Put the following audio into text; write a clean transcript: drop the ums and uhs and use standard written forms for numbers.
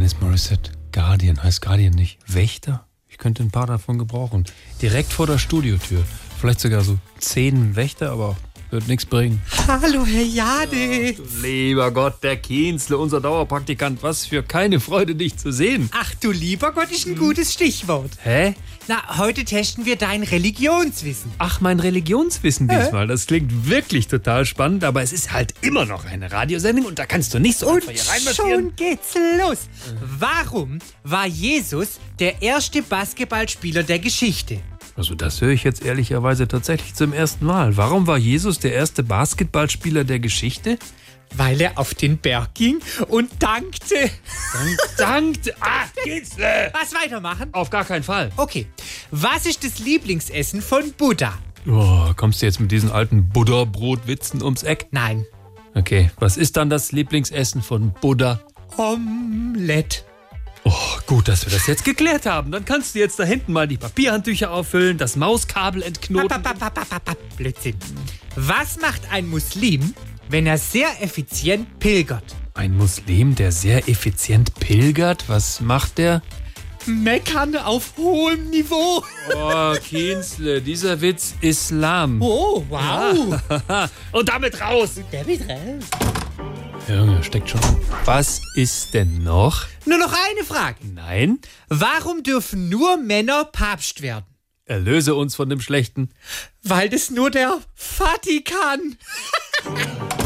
Alanis Morissette. Guardian heißt Guardian nicht. Wächter? Ich könnte ein paar davon gebrauchen. Direkt vor der Studiotür. Vielleicht sogar so 10 Wächter, aber wird nichts bringen. Hallo, Herr Jade. Lieber Gott, der Kienzle, unser Dauerpraktikant. Was für keine Freude, dich zu sehen. Ach du lieber Gott, ist ein gutes Stichwort. Hä? Na, heute testen wir dein Religionswissen. Ach, mein Religionswissen diesmal. Das klingt wirklich total spannend, aber es ist halt immer noch eine Radiosendung und da kannst du nicht so Und einfach hier reinmarschieren. schon geht's los. Warum war Jesus der erste Basketballspieler der Geschichte? Also das höre ich jetzt ehrlicherweise tatsächlich zum ersten Mal. Warum war Jesus der erste Basketballspieler der Geschichte? Weil er auf den Berg ging und dankte. Dankte. Ah, Kienzle! Was weitermachen? Auf gar keinen Fall. Okay. Was ist das Lieblingsessen von Buddha? Oh, kommst du jetzt mit diesen alten Buddha-Brotwitzen ums Eck? Nein. Okay, was ist dann das Lieblingsessen von Buddha? Omelette. Oh, gut, dass wir das jetzt geklärt haben. Dann kannst du jetzt da hinten mal die Papierhandtücher auffüllen, das Mauskabel entknoten. Blödsinn. Was macht ein Muslim, wenn er sehr effizient pilgert? Ein Muslim, der sehr effizient pilgert, was macht der? Meckern auf hohem Niveau. Oh, Kienzle, dieser Witz Islam. Oh, wow. Und damit raus. Der wird raus. Junge, steckt schon. Was ist denn noch? Nur noch eine Frage. Nein? Warum dürfen nur Männer Papst werden? Erlöse uns von dem Schlechten. Weil das nur der Vatikan kann.